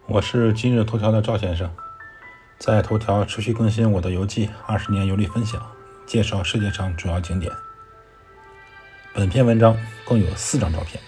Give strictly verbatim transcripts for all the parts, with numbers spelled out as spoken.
我是今日头条的赵先生，在头条持续更新我的游记，二十年游历分享，介绍世界上主要景点。本篇文章共有四张照片。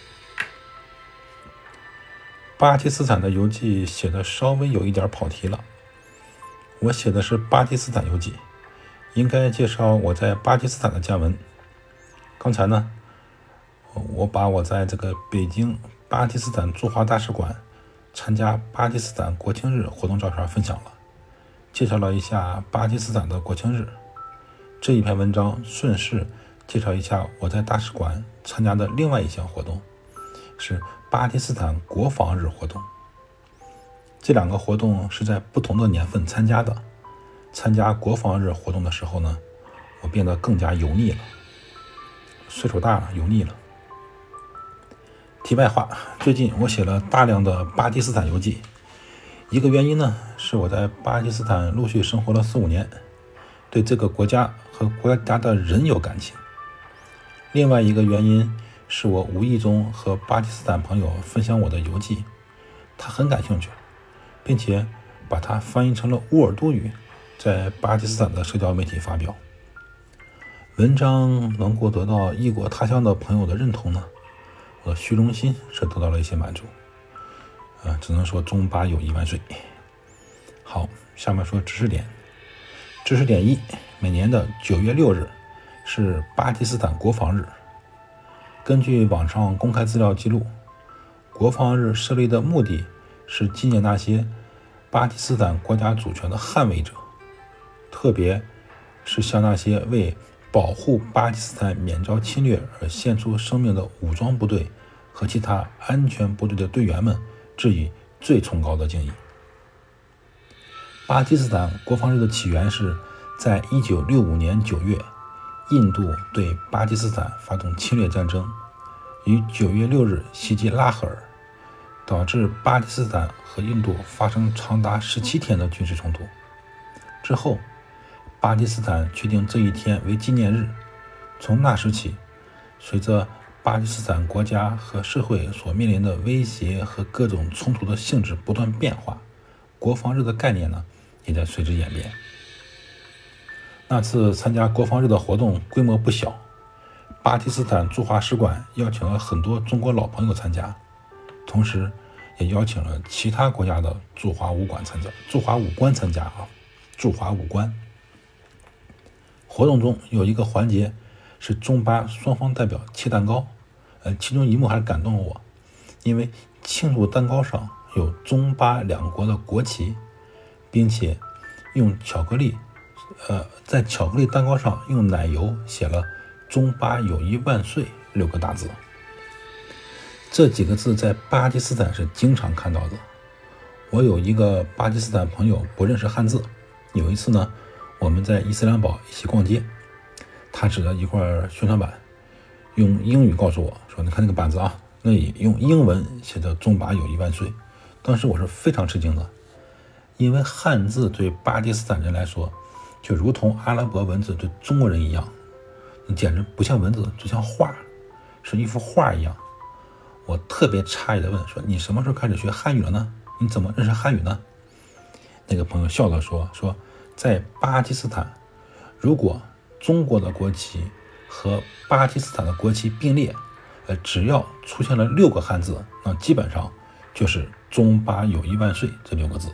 巴基斯坦的游记写的稍微有一点跑题了，我写的是巴基斯坦游记，应该介绍我在巴基斯坦的见闻。刚才呢，我把我在这个北京巴基斯坦驻华大使馆参加巴基斯坦国庆日活动照片分享了，介绍了一下巴基斯坦的国庆日。这一篇文章顺势介绍一下我在大使馆参加的另外一项活动，是巴基斯坦国防日活动。这两个活动是在不同的年份参加的。参加国防日活动的时候呢，我变得更加油腻了，岁数大了，油腻了。题外话，最近我写了大量的巴基斯坦游记，一个原因呢是我在巴基斯坦陆续生活了四五年，对这个国家和国家的人有感情。另外一个原因是我无意中和巴基斯坦朋友分享我的游记，他很感兴趣，并且把它翻译成了乌尔都语，在巴基斯坦的社交媒体发表。文章能够得到异国他乡的朋友的认同呢，我的虚荣心是得到了一些满足，呃，只能说中巴友谊万岁。好，下面说知识点。知识点一，每年的九月六日是巴基斯坦国防日。根据网上公开资料记录，国防日设立的目的是纪念那些巴基斯坦国家主权的捍卫者，特别是向那些为保护巴基斯坦免遭侵略而献出生命的武装部队和其他安全部队的队员们致以最崇高的敬意。巴基斯坦国防日的起源是在一九六五年九月，印度对巴基斯坦发动侵略战争，于九月六日袭击拉合尔，导致巴基斯坦和印度发生长达十七天的军事冲突。之后巴基斯坦确定这一天为纪念日。从那时起，随着巴基斯坦国家和社会所面临的威胁和各种冲突的性质不断变化，国防日的概念呢也在随之演变。那次参加国防日的活动规模不小，巴基斯坦驻华使馆邀请了很多中国老朋友参加，同时也邀请了其他国家的驻华武馆参加，驻华武官参加啊，驻华武官。活动中有一个环节是中巴双方代表切蛋糕，呃，其中一幕还感动了我，因为庆祝蛋糕上有中巴两国的国旗，并且用巧克力，呃，在巧克力蛋糕上用奶油写了“中巴友谊万岁”六个大字。这几个字在巴基斯坦是经常看到的。我有一个巴基斯坦朋友不认识汉字，有一次呢，我们在伊斯兰堡一起逛街，他指着一块宣传板，用英语告诉我说：“你看那个板子啊，那里用英文写着‘中巴友谊万岁’。”当时我是非常吃惊的，因为汉字对巴基斯坦人来说，就如同阿拉伯文字对中国人一样，简直不像文字，就像画，是一幅画一样。我特别诧异地问说：“你什么时候开始学汉语了呢？你怎么认识汉语呢？”那个朋友笑着说：“说在巴基斯坦，如果中国的国旗和巴基斯坦的国旗并列，呃，只要出现了六个汉字，那基本上就是‘中巴友谊万岁’这六个字。”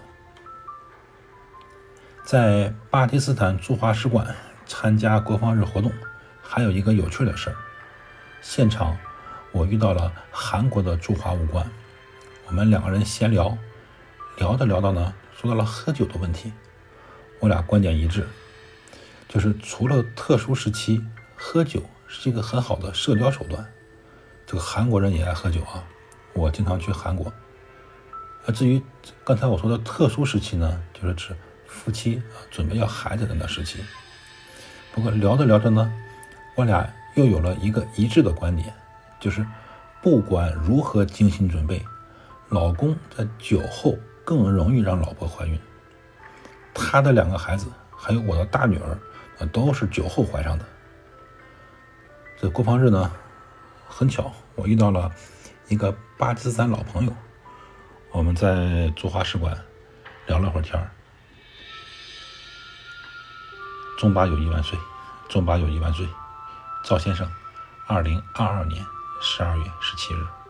在巴基斯坦驻华使馆参加国防日活动，还有一个有趣的事儿。现场我遇到了韩国的驻华武官，我们两个人闲聊，聊着聊到呢，说到了喝酒的问题。我俩观点一致，就是除了特殊时期，喝酒是一个很好的社交手段。这个韩国人也爱喝酒啊，我经常去韩国。而至于刚才我说的特殊时期呢，就是指夫妻啊准备要孩子的那时期。不过聊着聊着呢，我俩又有了一个一致的观点，就是不管如何精心准备，老公在酒后更容易让老婆怀孕。他的两个孩子还有我的大女儿都是酒后怀上的。这国防日呢，很巧我遇到了一个巴基斯坦老朋友， 我们在驻华使馆聊了会儿天儿。中巴友谊万岁！中巴友谊万岁！赵先生，二零二二年十二月十七日。